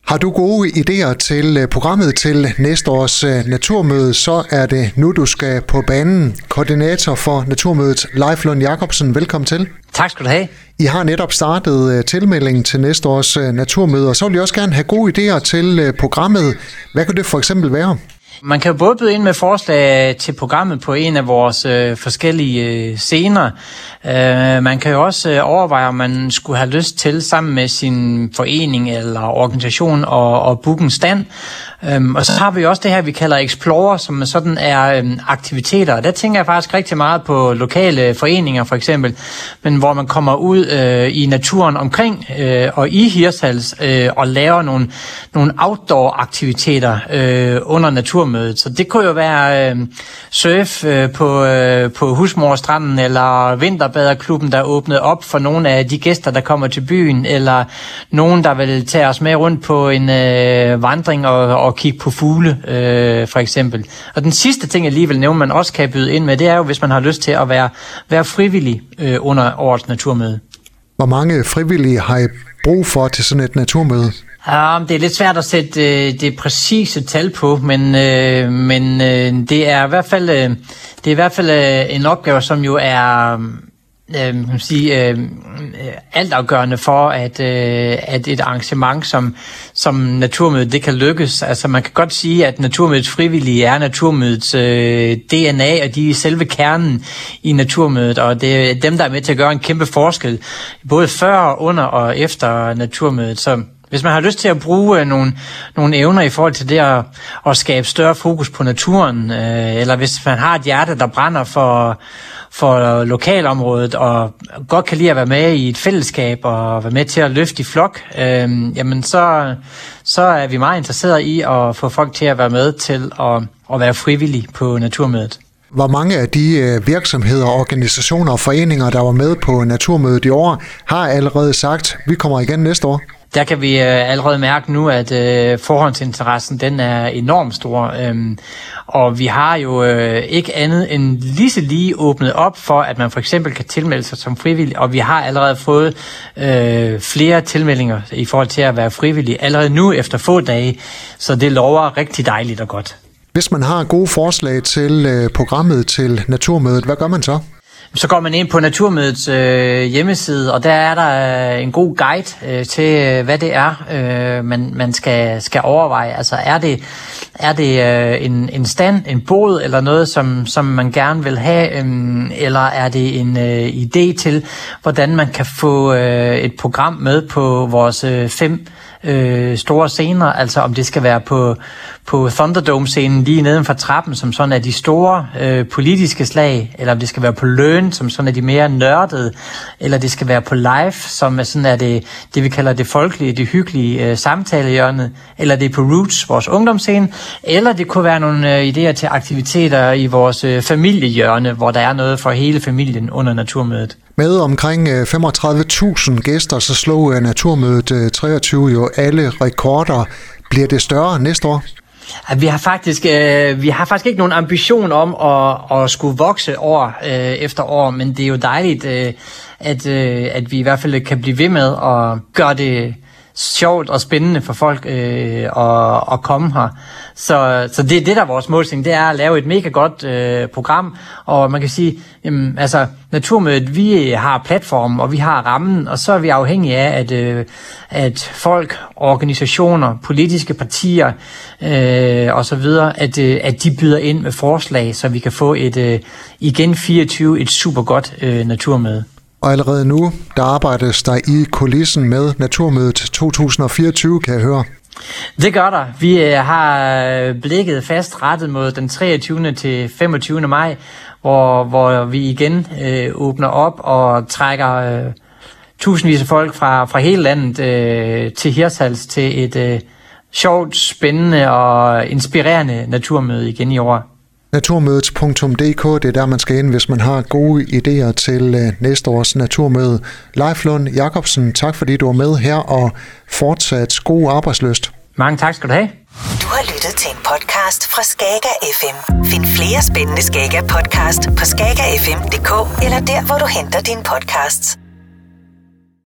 Har du gode idéer til programmet til næste års naturmøde, så er det nu, du skal på banen. Koordinator for Naturmødet, Leif Lund Jacobsen, velkommen til. Tak skal du have. I har netop startet tilmeldingen til næste års naturmøde, og så vil jeg også gerne have gode idéer til programmet. Hvad kan det for eksempel være? Man kan jo både byde ind med forslag til programmet på en af vores forskellige scener. Man kan jo også overveje, om man skulle have lyst til sammen med sin forening eller organisation og booke en stand. Og så har vi også det her, vi kalder Explorer, som sådan er aktiviteter. Og der tænker jeg faktisk rigtig meget på lokale foreninger for eksempel, men hvor man kommer ud i naturen omkring og i Hirtshals og laver nogle outdoor-aktiviteter under naturmødet. Så det kunne jo være surf på Husmorstranden eller vinterbaderklubben, der er åbnet op for nogle af de gæster, der kommer til byen, eller nogen, der vil tage os med rundt på en vandring og kigge på fugle, for eksempel. Og den sidste ting, jeg lige vil nævne, man også kan byde ind med, det er jo, hvis man har lyst til at være frivillig under årets naturmøde. Hvor mange frivillige har I brug for til sådan et naturmøde? Det er lidt svært at sætte det præcise tal på, men det er i hvert fald en opgave, som jo er altafgørende for, at et arrangement som Naturmødet, det kan lykkes. Altså man kan godt sige, at Naturmødets frivillige er Naturmødets DNA, og de er selve kernen i Naturmødet, og det er dem, der er med til at gøre en kæmpe forskel, både før, under og efter Naturmødet. Så hvis man har lyst til at bruge nogle evner i forhold til det at skabe større fokus på naturen, eller hvis man har et hjerte, der brænder for lokalområdet, og godt kan lide at være med i et fællesskab og være med til at løfte i flok, jamen så er vi meget interesserede i at få folk til at være med til at være frivillige på Naturmødet. Hvor mange af de virksomheder, organisationer og foreninger, der var med på Naturmødet i år, har allerede sagt, at vi kommer igen næste år? Der kan vi allerede mærke nu, at forhåndsinteressen den er enormt stor, og vi har jo ikke andet end lige åbnet op for, at man for eksempel kan tilmelde sig som frivillig, og vi har allerede fået flere tilmeldinger i forhold til at være frivillig allerede nu efter få dage, så det lover rigtig dejligt og godt. Hvis man har gode forslag til programmet til Naturmødet, hvad gør man så? Så går man ind på Naturmødets hjemmeside, og der er der en god guide til, hvad det er, man skal overveje. Altså er det en stand, en bod eller noget, som man gerne vil have, eller er det en idé til, hvordan man kan få et program med på vores 5 store scener, altså om det skal være på Thunderdome-scenen lige neden for trappen, som sådan er de store politiske slag, eller om det skal være på Løn, som sådan er de mere nørdede, eller det skal være på Live, som er sådan er det vi kalder det folkelige, det hyggelige samtalehjørne, eller det er på Roots, vores ungdomsscene, eller det kunne være nogle idéer til aktiviteter i vores familiehjørne, hvor der er noget for hele familien under Naturmødet. Med omkring 35.000 gæster, så slog Naturmødet 23 jo alle rekorder. Bliver det større næste år? Vi har faktisk ikke nogen ambition om at skulle vokse år efter år, men det er jo dejligt, at vi i hvert fald kan blive ved med at gøre det sjovt og spændende for folk at komme her. Så det der er vores målsætning, det er at lave et mega godt program, og man kan sige, jamen, altså Naturmødet, vi har platformen, og vi har rammen, og så er vi afhængige af, at folk, organisationer, politiske partier og så videre, at de byder ind med forslag, så vi kan få igen 24 et super godt Naturmøde. Og allerede nu, der arbejdes der i kulissen med Naturmødet 2024, kan jeg høre. Det gør der. Vi har blikket fast rettet mod den 23. til 25. maj, hvor vi igen åbner op og trækker tusindvis af folk fra hele landet til Hirtshals til et sjovt, spændende og inspirerende naturmøde igen i år. Naturmødet.dk, det er der, man skal ind, hvis man har gode idéer til næste års naturmøde. Leif Lund Jacobsen, tak fordi du var med her, og fortsat god arbejdslyst. Mange tak skal du have. Du har lyttet til en podcast fra Skager FM. Find flere spændende Skager podcast på skagerfm.dk eller der, hvor du henter dine podcasts.